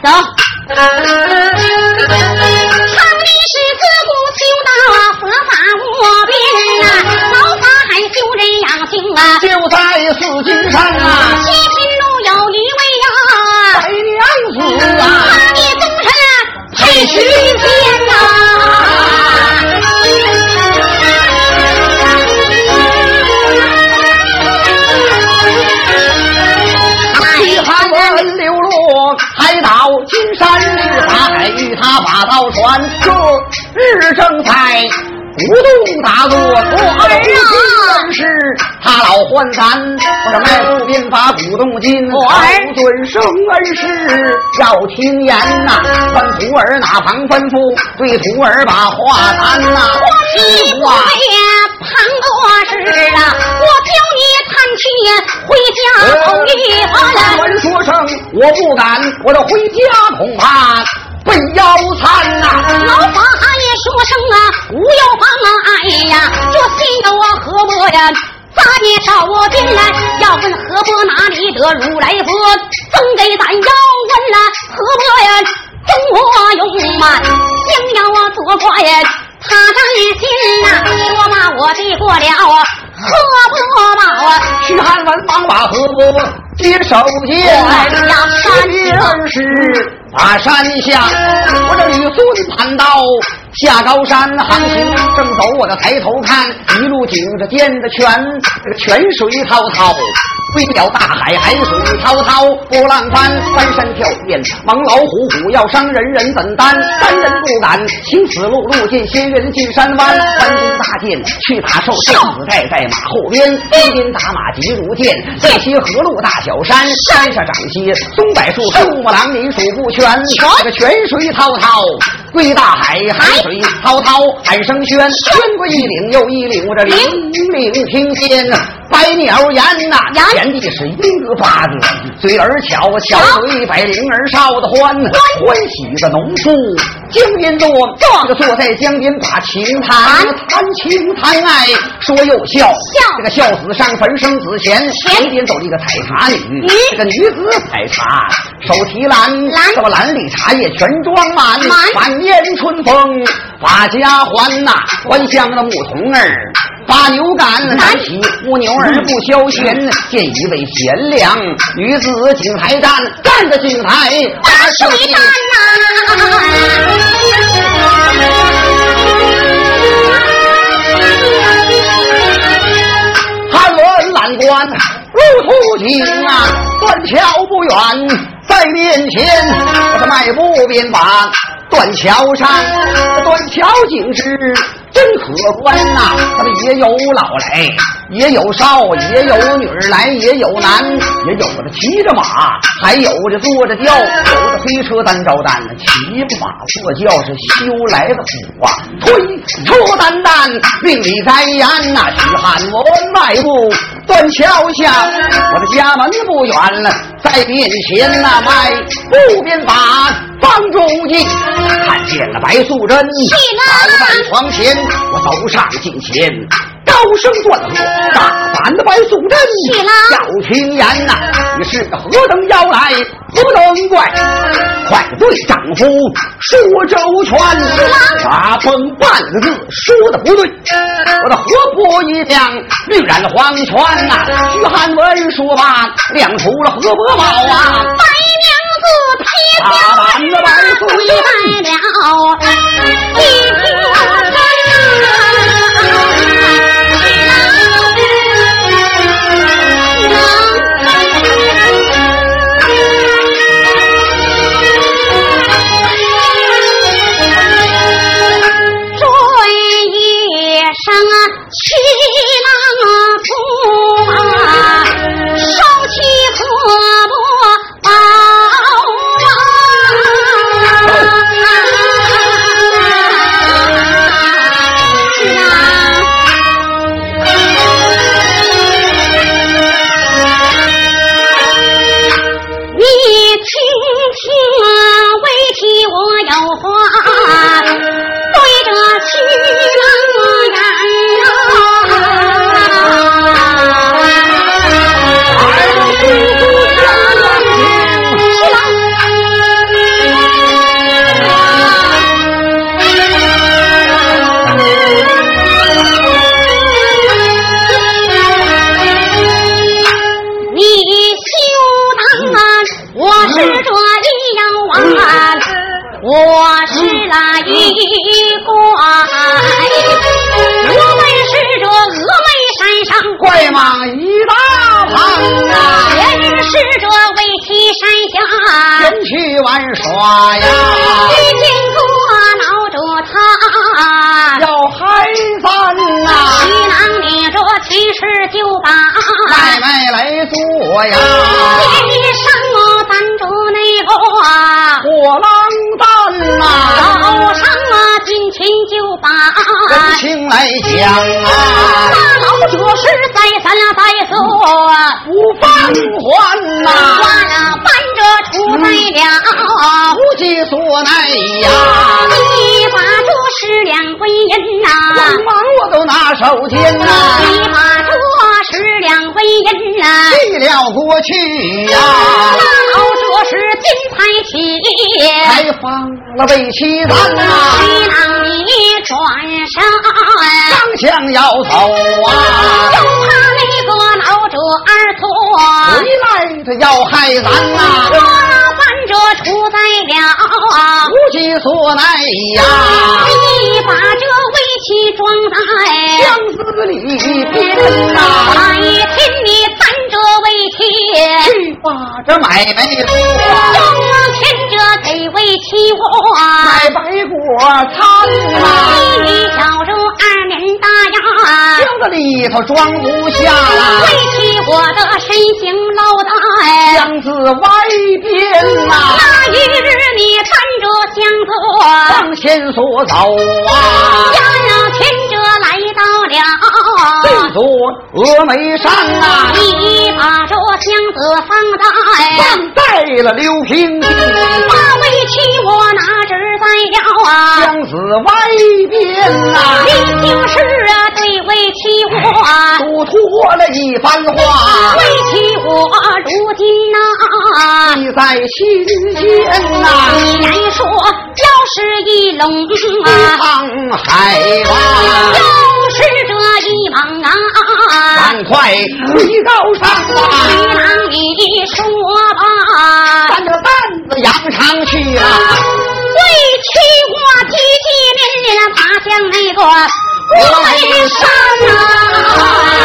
走。常理是自古修道合法无边啊，老法还修人养性啊， 就在四金山啊， 西平路有一位呀， 白娘子啊， 他的宗臣配许仙流落海岛金山是法海与他把道传，这日正在鼓动大作，我儿是他老还咱，我这迈步鞭法鼓动金，我儿尊生恩师要听言呐，吩徒儿哪旁吩咐，对徒儿把话谈呐， 我屁股也旁多事啊，我教你探亲回家头一番。 闻说声我不敢，我的回家恐怕被腰残呐！ 老法也说声啊，无有妨碍呀，这心有我何伯呀？咱也找我进来，要问何伯哪里得如来佛，赠给咱要问了何伯呀？赠我用嘛，想要我做官呀？他长心呐，说嘛我递过了何伯宝啊， 徐汉文忙把何伯接手剑，山是把山下，我这吕孙盘道下高山，行情正走，我的抬头看，一路顶着尖的泉，这个泉水滔滔，飞了大海，海水滔滔，波浪翻，翻山跳涧，猛老虎虎要伤人，人怎担？三人不敢行此路，路见仙人进山湾，关公大剑去打兽，瘦子带在马后边，飞鞭打马急如箭，这些河路大小山，山上长些松柏树，树木狼林数不全，这个泉水滔滔归大海，海水滔滔喊声喧，喧过一岭又一岭，我这岭岭听见百鸟言呐，田地是一个八字，嘴儿巧，巧嘴百灵儿少的欢，欢喜的农夫江边坐，这个坐在江边把情谈，谈情谈爱说又笑，这个笑子上坟生子前，前边走了一个采茶女，这个女子采茶手提篮，这么篮里茶叶全装满，满面春风把家还呐，还乡的牧童儿把牛赶，拿起牧牛儿不消闲，见一位贤良女子井台站，站在井台把水担呐。汉文览观路途径啊，断桥不远在面前，我的迈步便把断桥上，断桥景致真可观呐！他们也有老来，也有少，也有女儿来，也有男，也有的骑着马，还有着坐着轿，有的推车单招单，骑马坐轿是修来的苦啊！推车单单，命里该言呐！徐汉文迈步断桥下，我的家门不远了，在面前呐，迈步便把方中进，看见了白素贞倒在床前，我走上近前，高声断喝：“大胆的白素贞，要听言呐！你是何等妖来，何等怪？快对丈夫说周全！话崩半个字说的不对，我的活泼一将绿染黄泉呐！徐汉文说罢，亮出了何伯宝啊！ 白娘子撇下的白素贞了一条七郎夫啊，烧起何伯宝啊！ 我是那一怪，我们是这峨眉山上怪蟒一大旁啊， 也是这围棋山下人去玩耍呀， 遇见个闹着他要害咱呐， 西囊里这其实就把买卖来做呀， 天上咱着那个火狼蛋呐， 手上金钱就把人情来讲啊， 那老者是再三再四不放还呐， 花了伴着出在了无计所奈呀， 你把这10两纹银光芒我都拿手间呐， 你把这10两纹银去了过去呀， 那老者是金财起还放了围棋咱呐， 谁让你转身刚想要走啊， 又怕那个老者儿回来他要害咱呐， 我伴着出在了无计所奈呀， 你把这围棋装在箱子里边呐， 白天你担着围棋去把这买卖做， 用天着给围棋我买白果餐呐， 你小时候2年大呀箱子里头装不下了， 围棋我的身形老大箱子外边呐， 那一日你担着箱子往前所走啊， 呀天着来到这了座峨眉山啊， 你把这箱子放在了6平地， 把围棋我拿着在了箱子外边呐， 你就是对围棋我嘱托了一番话， 围棋我如今记在心间呐， 既然说要是一龙沧海吧， 又是这一蟒赶快回高山吧， 谁让你说吧咱这担子扬上去了， 围棋我急急连连爬向那个峨眉山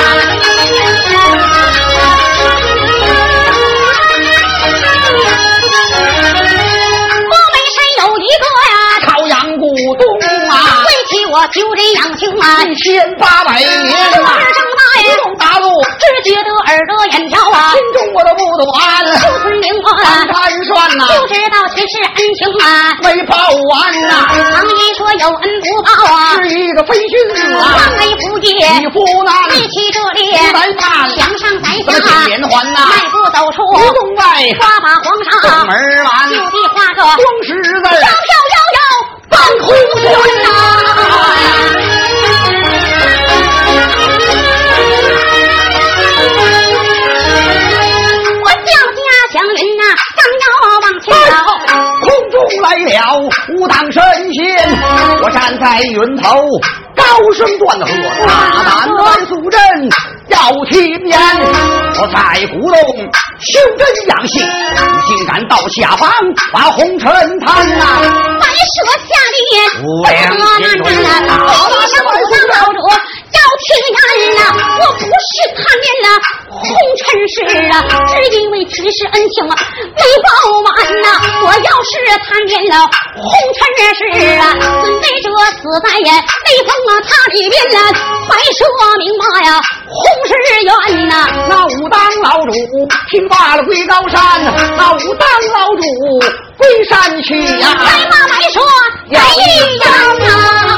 峨眉山有一个呀朝阳古洞啊， 围棋我就这样行 1800年呐，不动大路， 只觉得耳朵眼条心中我都不短， 就村灵盘算呐， 就知道前世恩情没报完呐， 常言说有恩不报是一个飞君啊， 王为夫业你夫难， 围棋这里来办， 向上在怎么下连环呐， 迈步走出古洞外， 花把皇上正门完， 就地画个光十字， 飘飘半空悬我叫家乡人刚要往前走空中来了武当神仙，我站在云头高声断喝，大胆万肃镇要听言，我在古洞修真养性，竟敢到下方把红尘贪呐， 白蛇下地无良心中我地上不当老主要听言我不是贪恋了红尘事只因为前世恩情没报完我要是贪恋了红尘事准备着死在雷锋塔里边白蛇明白红是缘那武当老主听罢了归高山，那武当老主归山去呀， 来嘛来说来呀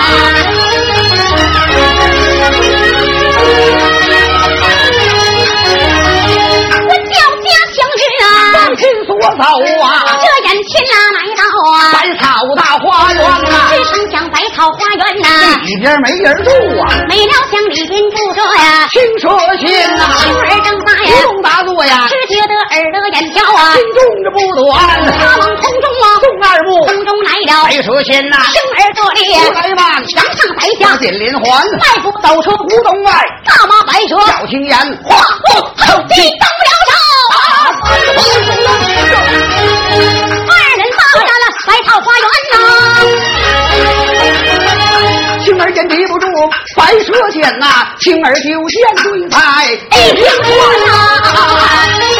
我叫家乡人往前所走啊， 这眼前来到百草大花园呐， 只剩下百草花园里边没人住啊， 没料想里边住着青蛇仙呐， 青儿正大不动大作呀， 只觉得耳朵眼条心中这不短， 他往空中动二步， 空中来了白蛇仙呐， 生儿这里出来吧， 向上在下点连环， 迈步走出古洞外， 大马白蛇小青眼， 画步后继动不了手二人到达了百草花园见呐，青儿就见对在一听说呀，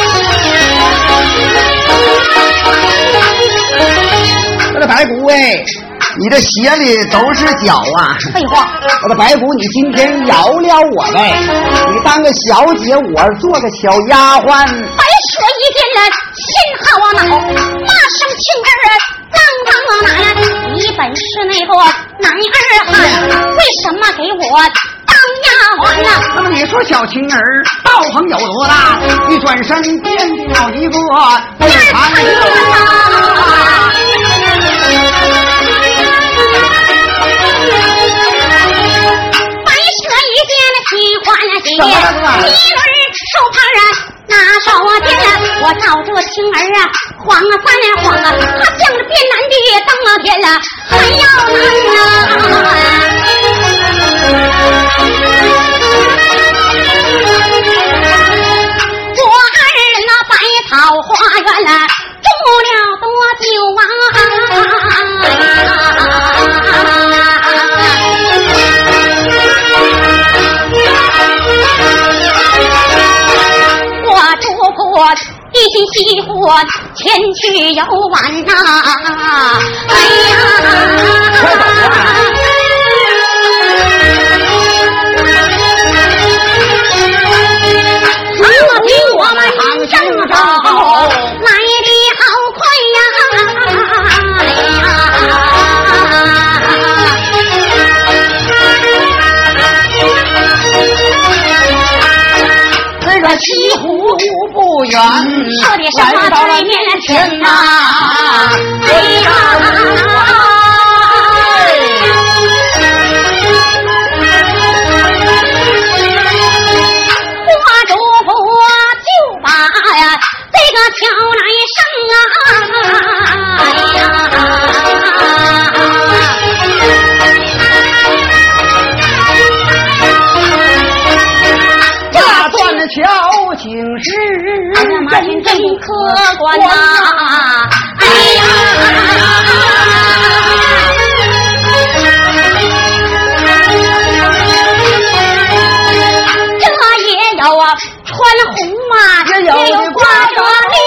我的白骨哎，你这鞋里都是脚啊！ 废话， 我的白骨，你今天饶了我呗！你当个小姐，我做个小丫鬟。 白蛇一见了，心好啊恼，骂声青儿当哪？你本是那个男儿汉，为什么给我当丫鬟呢？ 那么你说小青儿道行有多大？一转身变掉一个二长白蛇一见了喜欢喜，一轮手帕拿手电了，我照着青儿晃啊翻晃啊，他向着变南地当天了，还要难我二人那百草花园了，住了多久我嘱咐一心惜福前去游玩呐，哎呀我们正走来的好快这个西湖不远， 说的什么对面前呐，挑来生这段桥景是马军真客观呐，哎呀这也有啊穿红啊，也有挂着绿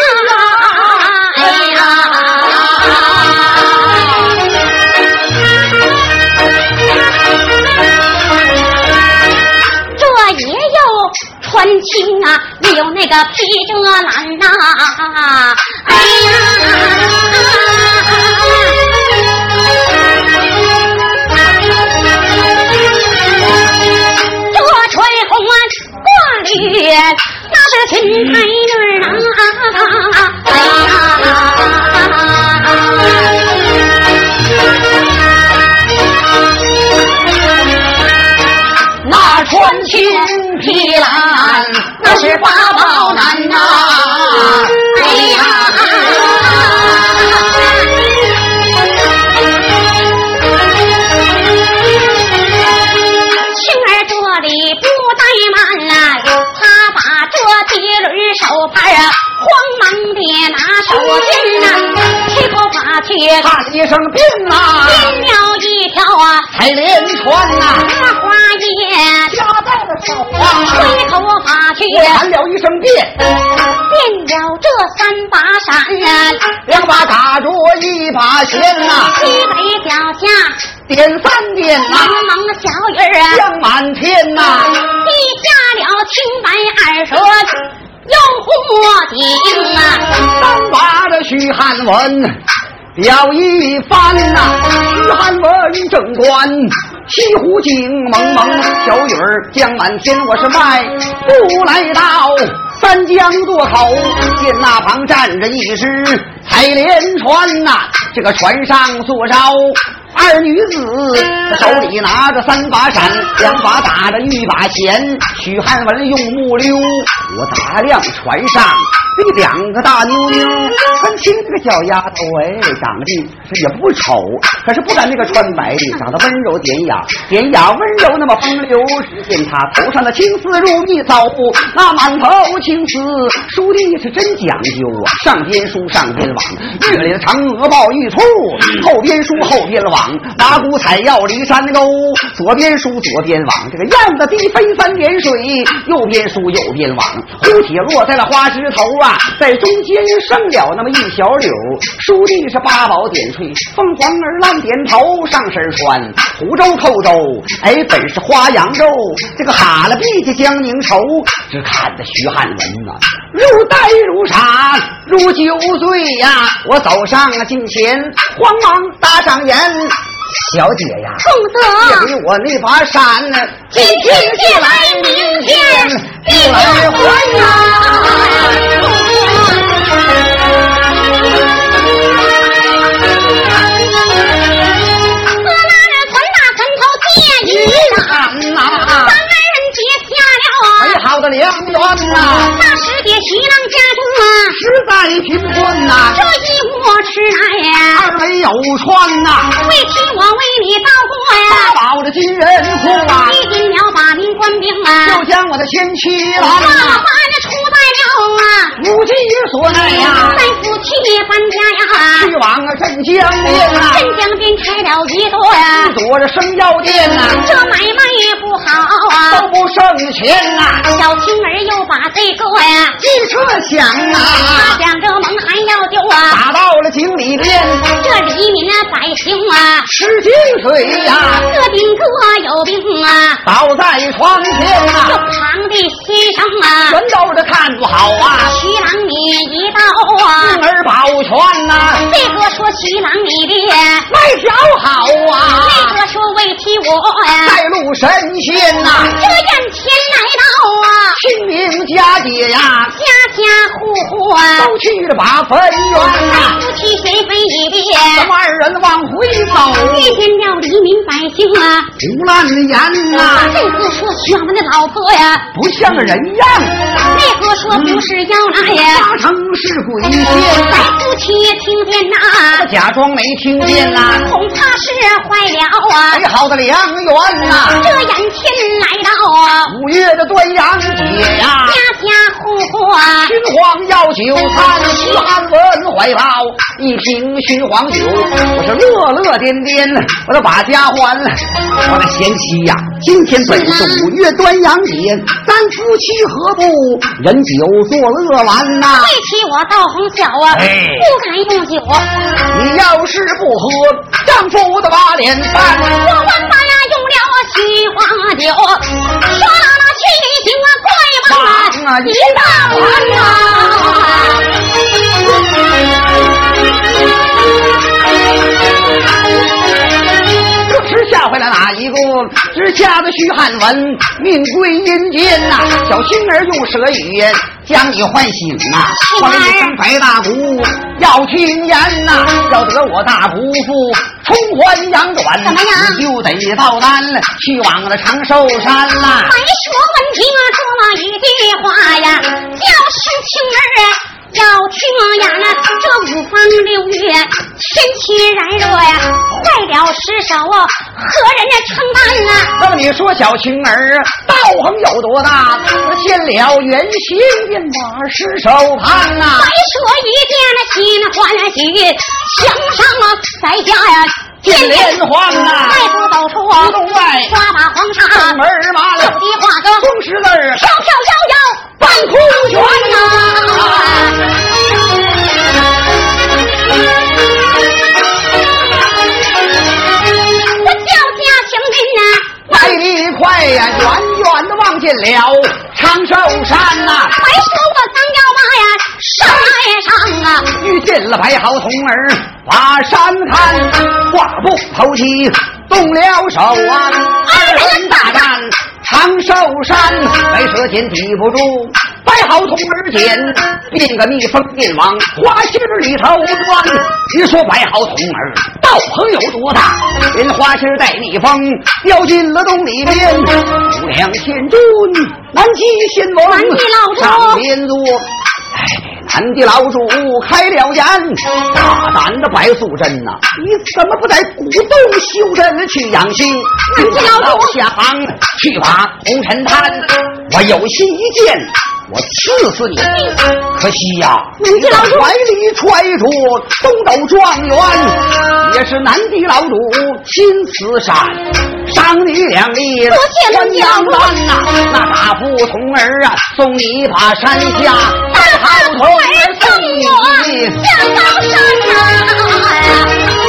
穿青啊，也有那个披着蓝呐，哎呀，这穿红啊挂绿，那是裙台女啊，哎呀。 那穿青披蓝，那是八宝男呐！哎呀， 青儿这里不怠慢了，他把这几轮手牌慌忙地拿手巾呐，去口法去， 喊一声变呐， 变了一条彩莲船呐， 那花叶夹在了手啊， 吹头发去， 喊了一声变， 变了这3把伞 2把打着1把弦呐， 西北脚下点3点呐， 茫茫的小雨降满天呐， 地下了青白2蛇又火顶 3把的徐汉文表一番呐，徐汉文正官西湖景蒙蒙，小雨儿降满天，我是迈步来到三江渡口，见那旁站着一只彩莲船呐，这个船上坐着2女子，手里拿着3把伞，2把打着1把弦。许汉文用木溜，我打量船上这2个大妞妞，穿青这个小丫头哎，长得也不丑，可是不敢那个穿白的，长得温柔典雅，典雅温柔那么风流。只见她头上的青丝如蜜枣布，那满头青丝梳的是真讲究啊，上边梳上边网，月里的嫦娥抱玉兔，后边梳后边网， 往，八股彩药离山沟，左边梳左边往，这个样子地飞3点水，右边梳右边往，呼铁落在了花枝头啊，在中间生了那么一小柳，梳地是八宝点翠，凤凰儿烂点头，上身穿湖州扣州，哎，本是花扬州，这个哈了鼻子将宁愁，只看得徐汉文呐，如呆如傻，如酒醉呀！我走上近前，慌忙搭上眼，小姐呀， 公子， 借给我那把扇， 今天借来，明天必来还呀！ 好的良缘呐， 那时的徐郎家中啊， 实在贫困呐， 这一窝吃来呀， 二没有穿呐， 为妻我为你到过呀， 保着金人库啊， 历尽了把民官兵啊， 就将我的前妻郎把那出在了啊， 母鸡所内呀， 在夫妻搬家呀， 去往镇江店呐， 镇江店开了一座呀， 躲着生药店呐， 这买卖也不好啊， 都不剩钱呐。 小青儿又把这个呀汽车响啊， 他想着蒙还要丢啊， 打到了井里边， 这里面百姓啊吃井水呀， 个病个有病啊， 倒在床前啊， 又旁的先生啊， 全都是看不好啊。 徐郎你一到啊， 命儿保全呐， 这个说徐郎你的来条好啊， 那个说为妻我呀带路神仙呐， 这眼前来到啊， 清明佳节呀， 家家户户啊都去了把坟园呐， 夫妻谁非一别， 咱们二人往回走， 遇见了黎民百姓啊， 胡乱言呐， 这个说娶我们的老婆呀， 不像个人样， 那个说不是要来呀， 八成是鬼仙呐， 夫妻听见呐， 假装没听见呐， 恐怕是坏了啊， 美好的良缘呐， 这眼前来到啊 5月的端阳节呀， 家家户户啊， 君皇要酒餐，徐汉文怀抱一瓶熏黄酒，我是乐乐颠颠，我都把家还了。我的贤妻呀，今天本是5月端阳节，咱夫妻何不饮酒作乐玩呐？ 为妻我倒红小啊，不敢用酒， 你要是不喝，丈夫的把脸翻。 我王八呀用了虚黄酒，说到那去酒啊，怪忘了一大碗啊。 这时吓坏了哪一个？只吓得徐汉文命归阴间呐！小青儿用舌语将你唤醒呐！唤了一声白大姑要听言呐！要得我大姑父重还阳短， 怎么样？ 你就得到单去往了长寿山啦！ 白说闻听说了一句话呀，叫是青儿。要听呀，这5方6月天气燃热呀，坏了尸首啊，何人承担啊？ 那么你说小青儿道行有多大？见了原形便把尸首判呐！ 白说一见心欢喜，墙上在家呀。 见连环呐， 迈步走出洞外， 抓把黄沙， 正儿麻了， 手提画个红十字儿， 飘飘摇摇半空悬呐。我叫家乡人呐， 来得快呀，远远的望见了长寿山呐。 白说我刚要把呀山上啊， 遇见了白毫童儿把山看，话不投机动了手啊，二人大战长寿山，白蛇剑抵不住，白毫童儿剑变个蜜蜂便往花心里头钻。你说白毫童儿道行有多大？连花心带蜜蜂掉进了洞里边，无量天尊南极仙翁上天座。俺的老主开了眼，大胆的白素贞呐，你怎么不在古洞修真去养心？俺的老主下行去把红尘贪。 我有心一剑，我刺死你！可惜呀， 你的怀里揣着东斗状元，也是南地老主亲慈善，赏你2粒还阳丹呐！那大福童儿啊，送你一把山下，大好童儿送你下高山啊！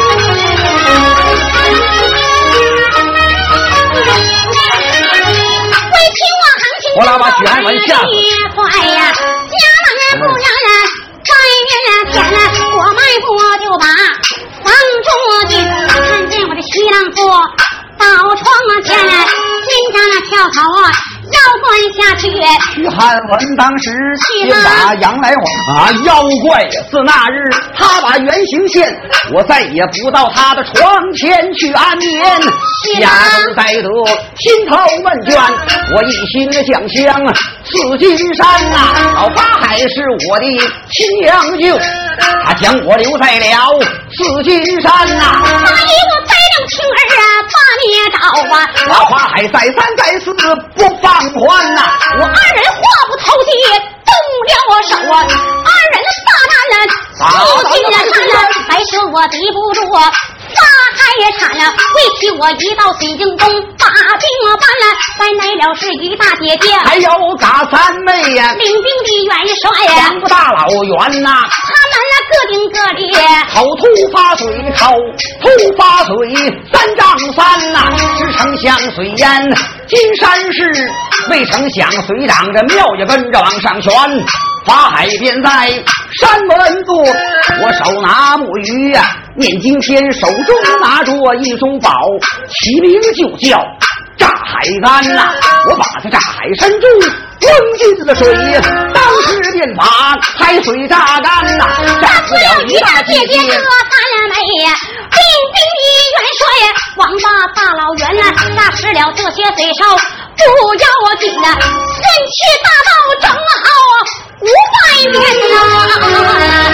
我拉把许安文下死。 快呀！家门不远了，3月天了，我迈步就把房中进，看见我的徐郎夫到床前，心家那跳槽啊，要灌下去。 徐汉文当时先把杨来华妖怪自那日他把原形现，我再也不到他的床前去安眠，下周待得心头闷倦，我一心的想乡四金山呐，老八海是我的亲娘舅，他将我留在了四金山呐， 他以我栽两情儿啊，把你找啊， 老八海再三再四不放宽呐， 我2人话不投机，动了手啊，2人大战了，四金山了，还是我敌不住啊。发海产了，为起我一到水晶宫，把兵办了，再来了是于大姐姐， 还有嘎3妹呀， 领兵的元帅呀 2个大老员呐， 他们那各顶各的， 口吐发水，口吐发水，3丈3呐，支撑香水烟，金山市未曾想水长着庙也跟着往上旋，法海便在山门坐，我手拿木鱼呀，念经篇，手中拿着一种宝，其名就叫炸海干呐，我把这炸海山中扔进了水，当时便把海水榨干呐，炸死了于大姐姐和3妹呀，领兵的元帅王八大老元啊，炸死了这些水烧不要紧呐，神气大道正好500年呐。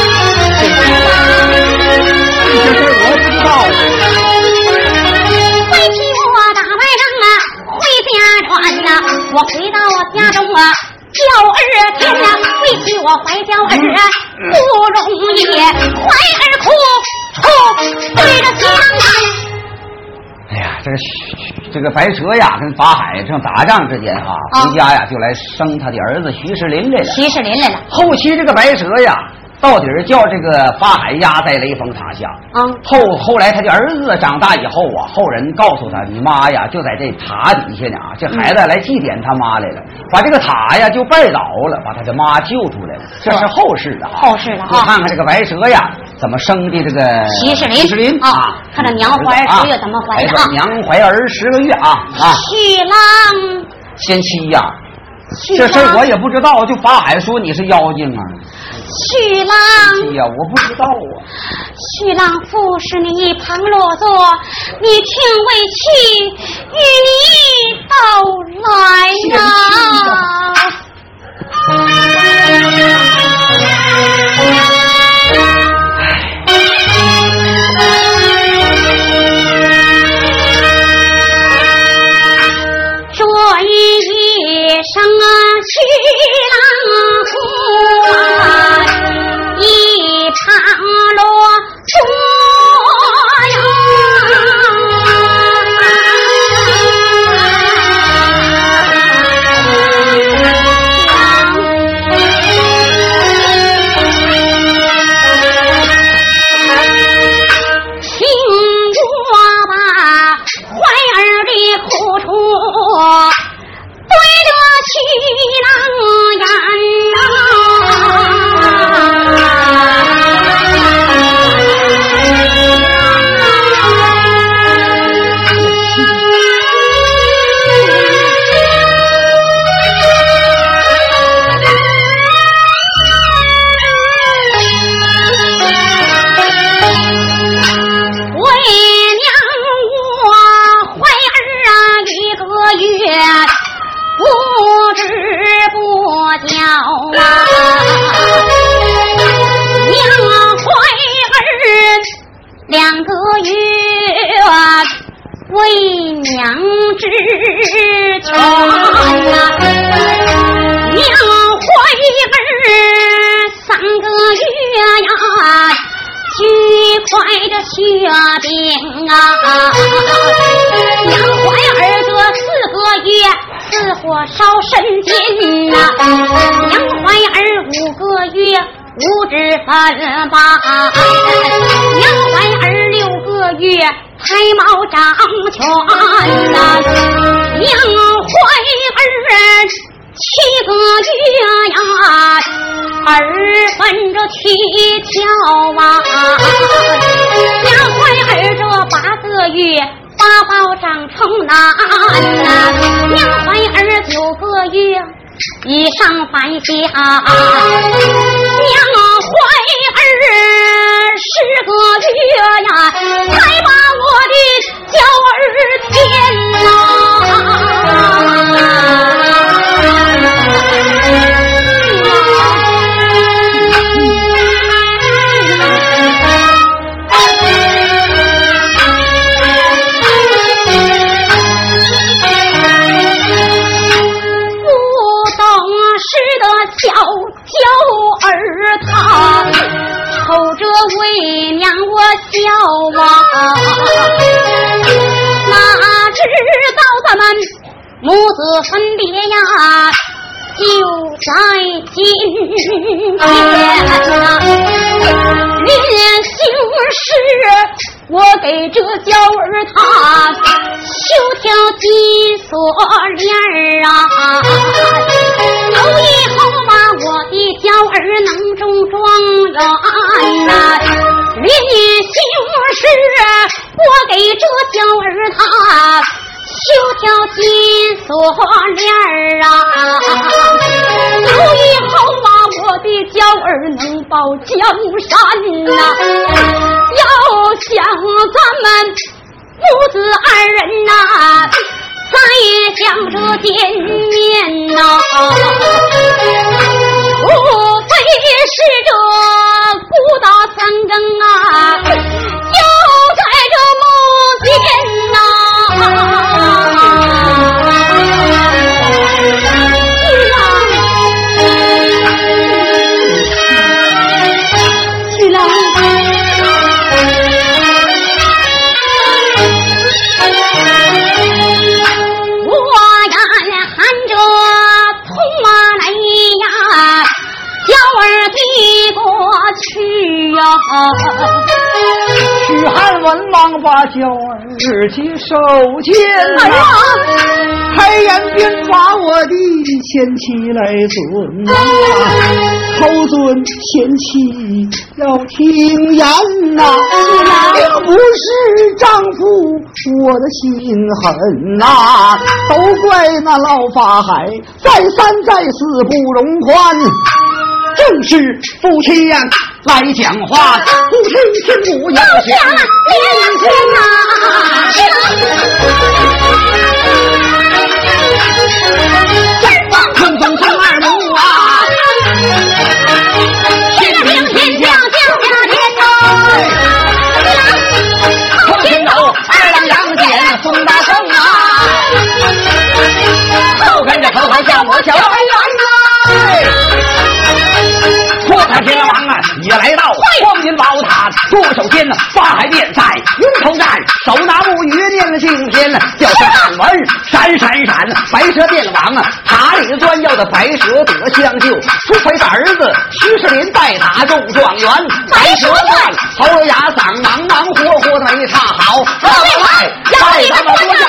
这事我不知道。 回起我打外仗啊，回家转呐，我回到我家中啊，叫2天呐，为起我怀叫儿啊不容易，怀儿哭对着西郎啊。 哎呀，这个白蛇呀，跟法海正打仗之间哈，回家呀就来生他的儿子徐世林来了。 徐世林来了。 后期这个白蛇呀，到底叫这个法海压在雷峰塔下。后来他的儿子长大以后啊，后人告诉他，你妈呀就在这塔底下呢啊，这孩子来祭奠他妈来了，把这个塔呀就拜倒了，把他的妈救出来了。这是后世的， 后世的啊。 你看看这个白蛇呀，怎么生的这个徐世林啊？ 他的娘怀10个月怎么怀的啊？ 娘怀儿10个月啊！ 徐郎先妻呀，这事我也不知道，就法海说你是妖精啊。 徐郎， 哎呀，我不知道啊。 徐郎服侍你一旁落座，你请为妻与你到来呀。这一生徐郎夫啊，一旁落座听我把怀儿的苦楚对了徐郎言不知不觉啊，娘怀儿2个月， 为娘之权呐，娘怀儿3个月呀，巨快着血病啊，娘怀儿这4个月，死火烧身间呐，娘怀儿5个月，无知分吧，娘怀儿6个月，才貌长全呐，娘怀儿7个月呀，儿分着去跳啊，娘怀儿这8个月，八宝长成男呐，娘怀儿9个月，以上反下，娘怀儿10个月呀，才把我的娇儿添呐。小娇儿她瞅着为娘我笑啊，哪知道咱们母子分别呀，就在今天啊，临行时我给这娇儿她绣条金锁链啊，有以后吧我的娇儿能中状元呐，临行时我给这娇儿她绣条金锁链啊，有以后吧我的娇儿能保江山呐，要想咱们母子2人呐，再也想着见面呐，除非是这孤打3更啊，就在这梦间呐。去了许汉文王把娇儿起手牵呐，开言便把我的前妻来尊啊，后尊前妻要听言呐，并不是丈夫我的心狠呐，都怪那老法海再3再4不容宽，正是夫妻呀来讲话，夫妻听母要想连天呐， 真王坑中生2母啊， 天平天降降下天呐， 后天有2郎杨戬宋大圣啊，后跟着口口叫我小白猿呐，托塔天王啊也来到光阴宝塔，左手间法海便在云头站，手拿木鱼念了经篇，叫声汉文闪闪闪，白蛇变网塔里钻要的白蛇得相救，除非是儿子10年拜塔中状元，白蛇传喉咙哑嗓忙忙活活的没唱好，来咱们说